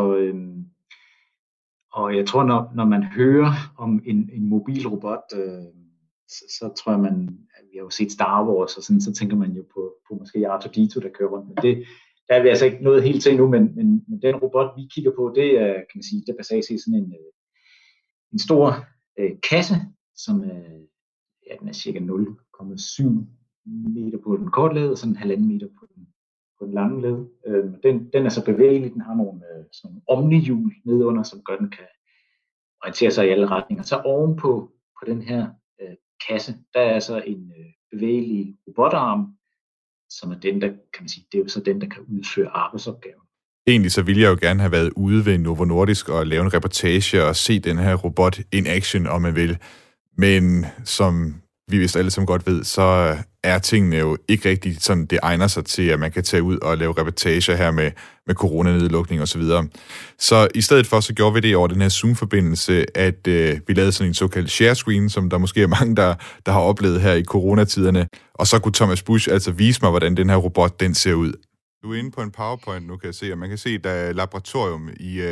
og jeg tror, når man hører om en mobil robot, så tror jeg, vi har jo set Star Wars, og sådan, så tænker man jo på måske R2-D2, der kører rundt. Men der er vi altså ikke nået helt til endnu, men den robot, vi kigger på, det er, kan man sige, det baserer sig i sådan en stor kasse, som den er cirka 0,7 meter på den korte led, og sådan 1,5 meter på den lange led. Den er så bevægelig, den har nogle sådan omnihjul nedunder, som gør, den kan orientere sig i alle retninger. Så ovenpå den her kasse, der er så en bevægelig robotarm, som er den, der, kan man sige, det er jo så den, der kan udføre arbejdsopgaven. Egentlig så ville jeg jo gerne have været ude ved Novo Nordisk og lave en reportage og se den her robot in action, om man vil. Men som vi vist alle sammen godt ved, så er tingene jo ikke rigtig sådan, det egner sig til, at man kan tage ud og lave reportager her med coronanedlukning og så videre. Så i stedet for, så gjorde vi det over den her Zoom-forbindelse, at vi lavede sådan en såkaldt share screen, som der måske er mange, der har oplevet her i coronatiderne. Og så kunne Thomas Busch altså vise mig, hvordan den her robot, den ser ud. Du er inde på en PowerPoint nu, kan jeg se, og man kan se, at der er laboratorium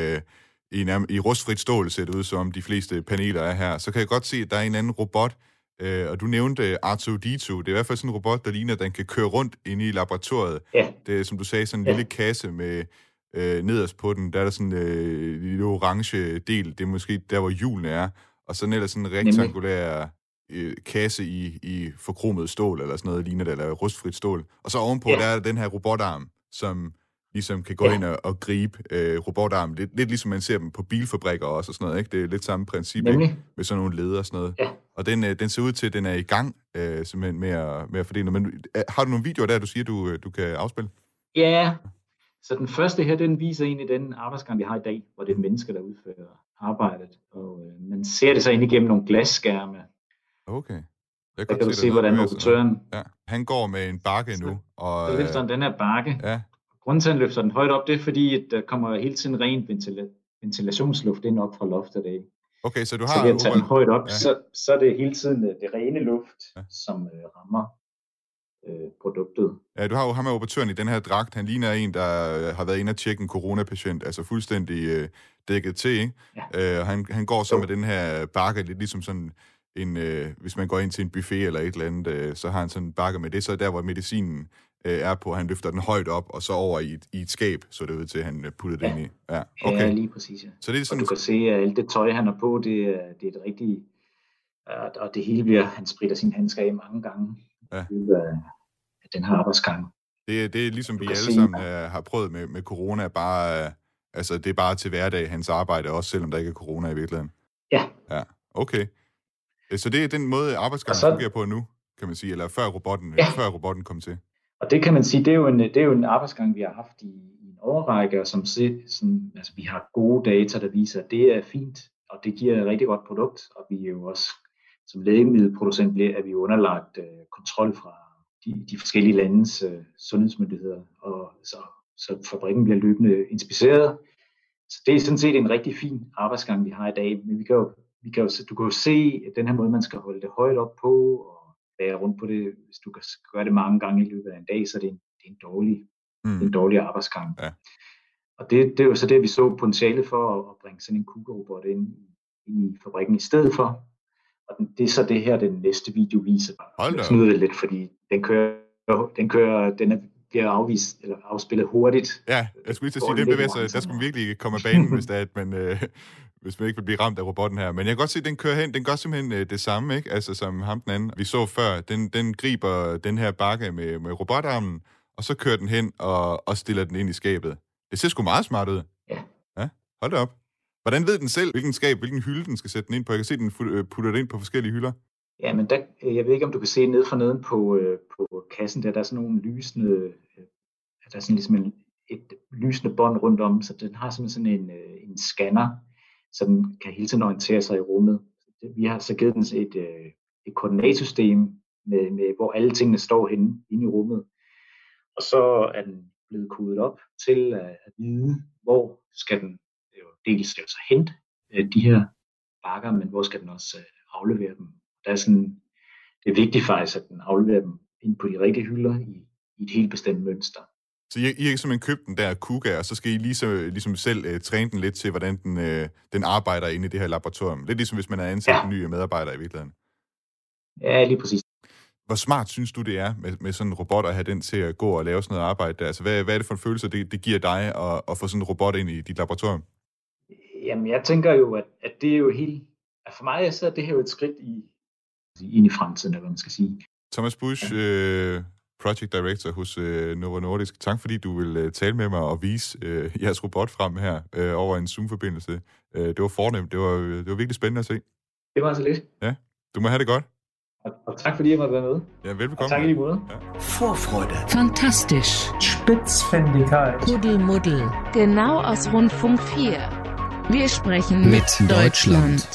i rustfrit stål, ser det ud som de fleste paneler er her. Så kan jeg godt se, at der er en anden robot, og du nævnte R2-D2. Det er i hvert fald sådan en robot, der ligner, at den kan køre rundt inde i laboratoriet. Ja. Det er, som du sagde, sådan en lille kasse med nederst på den. Der er der sådan en lille orange del. Det er måske der, hvor hjulene er. Og så ellers sådan en rektangulær kasse i forkromet stål, eller sådan noget lignende, eller rustfrit stål. Og så ovenpå, der er den her robotarm, som ligesom kan gå ind og gribe robotarm. Lidt ligesom man ser dem på bilfabrikker også, og sådan noget, ikke? Det er lidt samme princip, med sådan nogle leder og sådan noget. Ja. Og den ser ud til, at den er i gang, simpelthen med at fordele. Men har du nogle videoer der, du siger, du kan afspille? Ja, så den første her, den viser egentlig den arbejdsgang, vi har i dag, hvor det er mennesker, der udfører arbejdet. Og man ser det så ind igennem nogle glasskærme. Okay. Der kan du se, hvordan operatøren... Ja. Han går med en bakke nu. Og så løfter han den her bakke. Ja. Grunden til, at han løfter den højt op, det er fordi, at der kommer hele tiden ren ventilationsluft ind op fra loftet af. Okay, så du har... Så ved at tage den højt op, så er det hele tiden det rene luft, som rammer produktet. Ja, du har jo ham med operatøren i den her dragt. Han ligner en, der har været inde og tjekke en coronapatient, altså fuldstændig dækket til, ikke? Ja. Han går så med den her bakke, lidt ligesom sådan hvis man går ind til en buffet eller et eller andet, så har han sådan en bakke med det, så der, hvor medicinen er på, han løfter den højt op, og så over i et skab, så det ud til, at han putter det ind i. Ja, okay. Ja, lige præcis. Ja. Så det er sådan... Og du kan se, at alt det tøj, han har på, det er et rigtigt... Og det hele bliver... Han spritter sine handsker af mange gange. Ja. Af den her arbejdsgang. Det er ligesom vi alle sammen har prøvet med corona, bare... altså, det er bare til hverdag, hans arbejde, også selvom der ikke er corona i virkeligheden. Ja. Ja, okay. Så det er den måde, arbejdsgangen fungerer på nu, kan man sige, eller før robotten kom til. Og det kan man sige, det er jo en arbejdsgang, vi har haft i en årrække, og som altså, vi har gode data, der viser, at det er fint, og det giver et rigtig godt produkt, og vi er jo også, som lægemiddelproducent, er vi underlagt kontrol fra de forskellige landes sundhedsmyndigheder, og så fabrikken bliver løbende inspiceret. Så det er sådan set en rigtig fin arbejdsgang, vi har i dag, men du kan jo se, at den her måde, man skal holde det højt op på, og være rundt på det, hvis du kan gøre det mange gange i løbet af en dag, så det er en dårlig arbejdsgang. Ja. Og det er jo så det, vi så potentiale for at bringe sådan en KUKA-robot ind i fabrikken i stedet for. Og det er så det her, den næste video viser. Jeg snyder det lidt, fordi den bliver afspillet hurtigt. Ja, jeg skulle lige sige, den bevæger sig, der skal man virkelig komme af banen, hvis man ikke vil blive ramt af robotten her. Men jeg kan godt se, at den kører hen, den gør simpelthen det samme, ikke? Altså som ham den anden, vi så før. Den griber den her bakke med robotarmen, og så kører den hen og stiller den ind i skabet. Det ser sgu meget smart ud. Ja, hold da op. Hvordan ved den selv, hvilken hylde den skal sætte den ind på? Jeg kan se, den putter det ind på forskellige hylder. Ja, men jeg ved ikke, om du kan se ned fra neden på kassen, der er sådan nogle lysende, der er sådan ligesom et lysende bånd rundt om, så den har sådan en scanner, så den kan hele tiden orientere sig i rummet. Vi har så givet den et koordinatsystem, med hvor alle tingene står inde i rummet, og så er den blevet kodet op til at vide, hvor skal den dels så hente de her bakker, men hvor skal den også aflevere dem. Det er vigtigt faktisk, at den afleverer dem ind på de rigtige hylder i et helt bestemt mønster. Så I har simpelthen købt den der KUKA, og så skal I ligesom selv træne den lidt til, hvordan den arbejder inde i det her laboratorium. Lidt ligesom hvis man er ansat en ny medarbejder i virkeligheden. Ja, lige præcis. Hvor smart synes du, det er med sådan en robot at have den til at gå og lave sådan noget arbejde der? Altså, hvad er det for en følelse, det giver dig at få sådan en robot ind i dit laboratorium? Jamen, jeg tænker jo, at det er jo helt... For mig så er det her jo et skridt ind i fremtiden, eller hvad man skal sige. Thomas Busch, Project Director hos Novo Nordisk. Tak fordi du vil tale med mig og vise jeres robot frem her over en Zoom-forbindelse. Det var fornemt. Det var virkelig spændende at se. Det var så lidt. Ja, du må have det godt. Og tak fordi jeg måtte være med. Ja, velbekomme. Og tak i lige måde. Ja. Vorfreude. Fantastisch. Spitzfindigkeit. Kuddelmuddel. Genau aus Rundfunk 4. Wir sprechen mit Deutschland.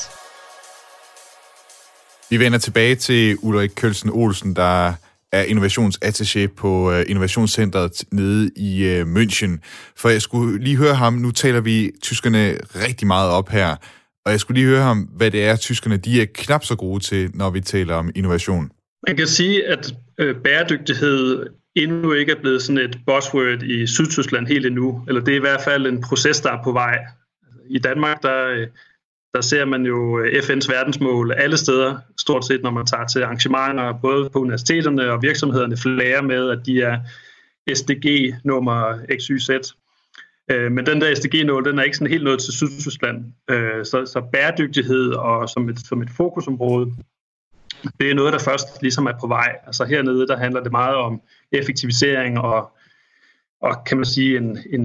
Vi vender tilbage til Ulrik Kølsen Olsen, der er innovationsattaché på Innovationscentret nede i München. For jeg skulle lige høre ham, nu taler vi tyskerne rigtig meget op her, og jeg skulle lige høre ham, hvad det er, tyskerne de er knap så gode til, når vi taler om innovation. Man kan sige, at bæredygtighed endnu ikke er blevet sådan et buzzword i Sydtyskland helt endnu, eller det er i hvert fald en proces, der er på vej. I Danmark, der ser man jo FN's verdensmål alle steder, stort set, når man tager til arrangementer, både på universiteterne og virksomhederne flager med, at de er SDG nummer XYZ. Men den der SDG-nål, den er ikke sådan helt nået til Sydtyskland. Så bæredygtighed og som et fokusområde, det er noget, der først ligesom er på vej. Altså hernede, der handler det meget om effektivisering og kan man sige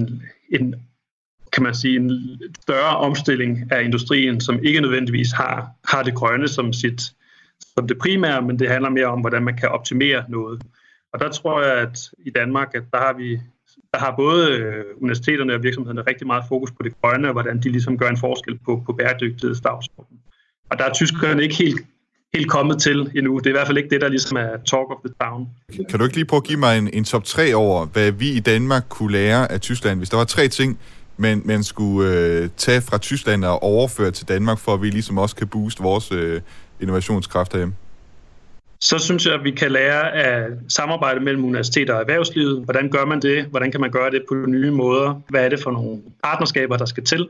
en større omstilling af industrien, som ikke nødvendigvis har det grønne som det primære, men det handler mere om, hvordan man kan optimere noget. Og der tror jeg, at i Danmark, at der har både universiteterne og virksomhederne rigtig meget fokus på det grønne, og hvordan de ligesom gør en forskel på bæredygtighedsdagsordenen. Og der er tyskerne ikke helt kommet til endnu. Det er i hvert fald ikke det, der ligesom er talk of the town. Kan du ikke lige prøve at give mig en top 3 over, hvad vi i Danmark kunne lære af Tyskland, hvis der var 3 ting, man skulle tage fra Tyskland og overføre til Danmark, for at vi ligesom også kan booste vores innovationskraft herhjemme? Så synes jeg, at vi kan lære af samarbejde mellem universiteter og erhvervslivet. Hvordan gør man det? Hvordan kan man gøre det på nye måder? Hvad er det for nogle partnerskaber, der skal til?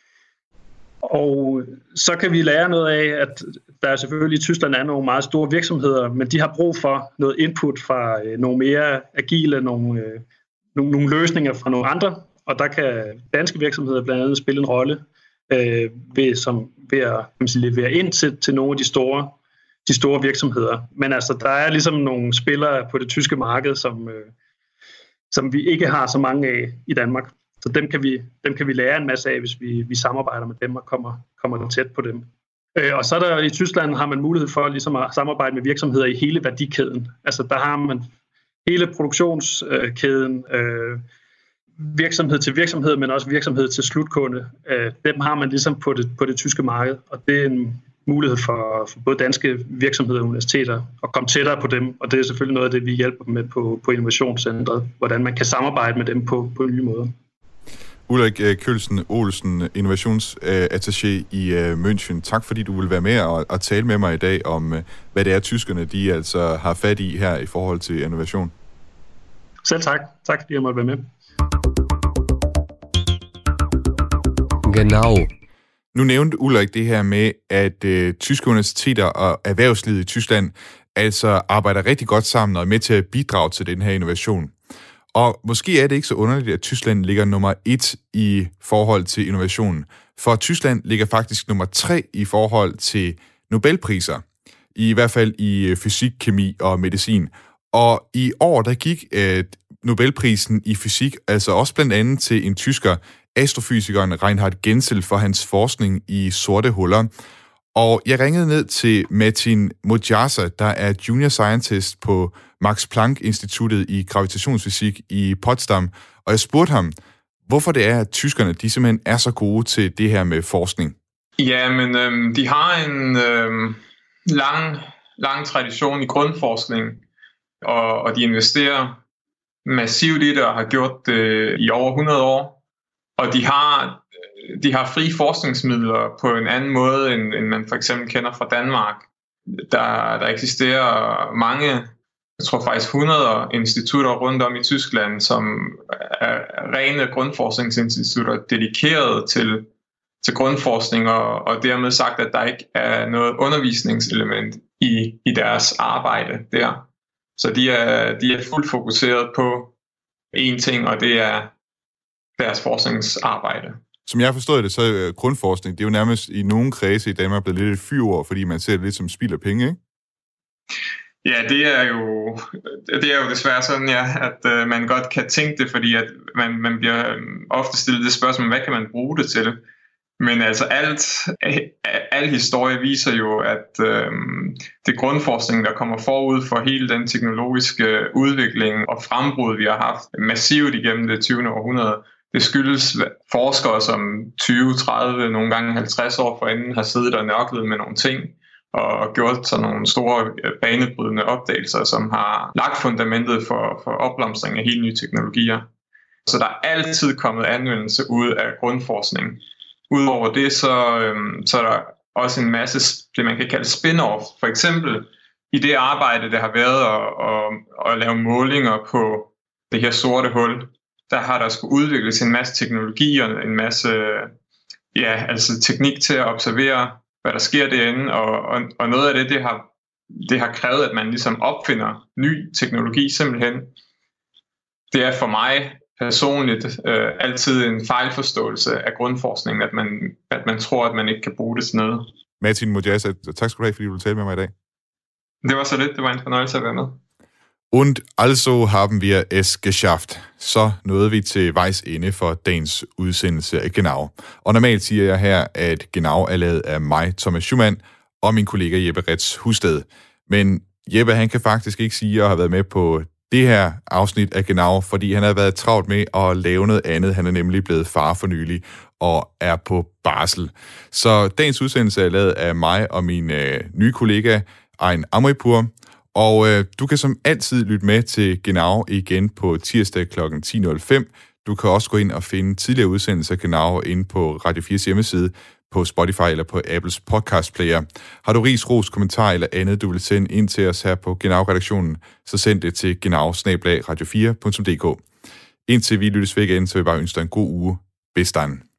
Og så kan vi lære noget af, at der selvfølgelig i Tyskland er nogle meget store virksomheder, men de har brug for noget input fra nogle mere agile, nogle løsninger fra nogle andre. Og der kan danske virksomheder blandt andet spille en rolle ved at levere ind til nogle af de store virksomheder. Men altså, der er ligesom nogle spillere på det tyske marked, som vi ikke har så mange af i Danmark. Så dem kan vi lære en masse af, hvis vi samarbejder med dem og kommer tæt på dem. Og så der i Tyskland har man mulighed for ligesom at samarbejde med virksomheder i hele værdikæden. Altså der har man hele produktionskæden, virksomhed til virksomhed, men også virksomhed til slutkunde. Dem har man ligesom på det tyske marked, og det er en mulighed for både danske virksomheder og universiteter at komme tættere på dem, og det er selvfølgelig noget af det, vi hjælper dem med på Innovationscentret, hvordan man kan samarbejde med dem på nye måder. Ulrik Kølsen Olsen, innovationsattaché i München. Tak fordi du vil være med og tale med mig i dag om, hvad det er, tyskerne de altså har fat i her i forhold til innovation. Selv tak. Tak fordi jeg måtte være med. Genau. Nu nævnte Ulrik det her med, at tyske universiteter og erhvervslivet i Tyskland altså arbejder rigtig godt sammen og er med til at bidrage til den her innovation. Og måske er det ikke så underligt, at Tyskland ligger nummer 1 i forhold til innovationen. For Tyskland ligger faktisk nummer 3 i forhold til Nobelpriser. I hvert fald i fysik, kemi og medicin. Og i år, der gik Nobelprisen i fysik altså også blandt andet til en tysker, astrofysikeren Reinhard Genzel, for hans forskning i sorte huller. Og jeg ringede ned til Martin Modjasa, der er junior scientist på Max Planck-instituttet i gravitationsfysik i Potsdam, og jeg spurgte ham, hvorfor det er, at tyskerne de simpelthen er så gode til det her med forskning. Ja, men de har en lang tradition i grundforskning, og de investerer massivt i det og har gjort det i over 100 år. Og de har frie forskningsmidler på en anden måde, end man for eksempel kender fra Danmark. Der eksisterer mange, jeg tror faktisk 100 institutter rundt om i Tyskland, som er rene grundforskningsinstitutter, dedikeret til grundforskning, og dermed sagt, at der ikke er noget undervisningselement i deres arbejde der. Så de er fuldt fokuseret på én ting, og det er deres forskningsarbejde. Som jeg har forstået det, så er grundforskning, det er jo nærmest i nogle kredse i Danmark blevet lidt et fyrord, fordi man ser det lidt som spild af penge, ikke? Ja, det er jo desværre sådan, ja, at man godt kan tænke det, fordi at man bliver ofte stillet det spørgsmål, hvad kan man bruge det til? Men altså al historie viser jo, at det grundforskning, der kommer forud for hele den teknologiske udvikling og frembrud, vi har haft massivt igennem det 20. århundrede, det skyldes forskere, som 20, 30, nogle gange 50 år forinden har siddet og nørklet med nogle ting og gjort sådan nogle store banebrydende opdagelser, som har lagt fundamentet for opblomstring af helt nye teknologier. Så der er altid kommet anvendelse ud af grundforskning. Udover det, så er der også en masse, det man kan kalde spin-off. For eksempel i det arbejde, der har været at lave målinger på det her sorte hul, der har der skulle udvikles en masse teknologi og en masse altså teknik til at observere, hvad der sker derinde, og noget af det har krævet, at man ligesom opfinder ny teknologi simpelthen. Det er for mig personligt altid en fejlforståelse af grundforskningen, at man tror, at man ikke kan bruge det til noget. Martin Modjaz, tak skal du have, fordi du ville tale med mig i dag. Det var så lidt. Det var en fornøjelse at være med. Und also haben wir es geschafft. Så nåede vi til vejs ende for dagens udsendelse af Genau. Og normalt siger jeg her, at Genau er lavet af mig, Thomas Schumann, og min kollega Jeppe Retz Husted. Men Jeppe, han kan faktisk ikke sige, at jeg har været med på det her afsnit af Genau, fordi han har været travlt med at lave noget andet. Han er nemlig blevet far for nylig og er på barsel. Så dagens udsendelse er lavet af mig og min nye kollega, Ayn Amripur. Og du kan som altid lytte med til Genau igen på tirsdag kl. 10.05. Du kan også gå ind og finde tidligere udsendelser af Genau inde på Radio 4's hjemmeside, på Spotify eller på Apples podcast player. Har du ris, ros, kommentar eller andet, du vil sende ind til os her på Genau-redaktionen, så send det til genau@radio4.dk. Indtil vi lyttes ved igen, så vil jeg bare ønske dig en god uge. Bis dann.